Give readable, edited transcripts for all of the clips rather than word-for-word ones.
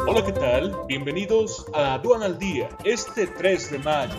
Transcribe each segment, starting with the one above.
Hola, ¿qué tal? Bienvenidos a Aduana al Día, este 3 de mayo.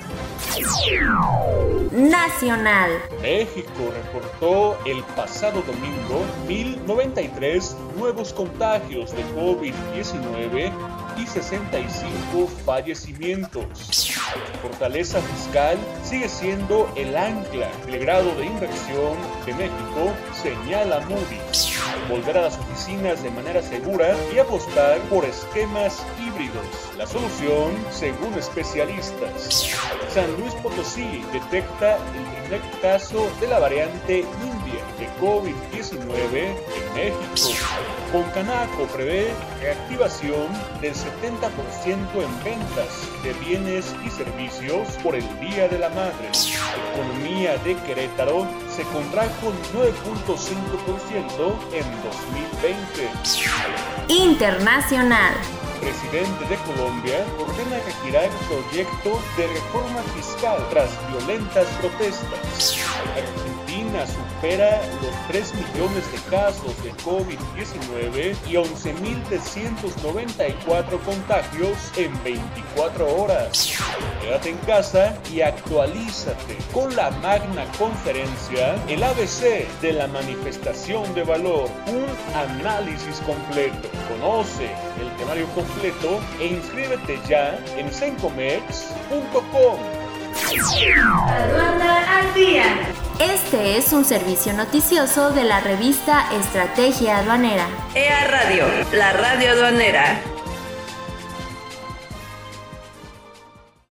Nacional. México reportó el pasado domingo 1.093 nuevos contagios de COVID-19 y 65 fallecimientos. Fortaleza fiscal sigue siendo el ancla del grado de inversión de México, señala Moody's. Volver a las oficinas de manera segura y apostar por esquemas híbridos. La solución, según especialistas. San Luis Potosí detecta el primer caso de la variante India de COVID-19 en México. Concanaco prevé reactivación del 70% en ventas de bienes y servicios por el Día de la Madre. La economía de Querétaro se contrajo 9.5% en 2020. Internacional. El presidente de Colombia ordena retirar el proyecto de reforma fiscal tras violentas protestas. Argentina supera los 3 millones de casos de COVID-19 y 11.394 contagios en 24 horas. Quédate en casa y actualízate con la magna conferencia, el ABC de la manifestación de valor, un análisis completo. Conoce el temario completo e inscríbete ya en sencomex.com. Aduana al Día. Este es un servicio noticioso de la revista Estrategia Aduanera. EA Radio, la radio aduanera.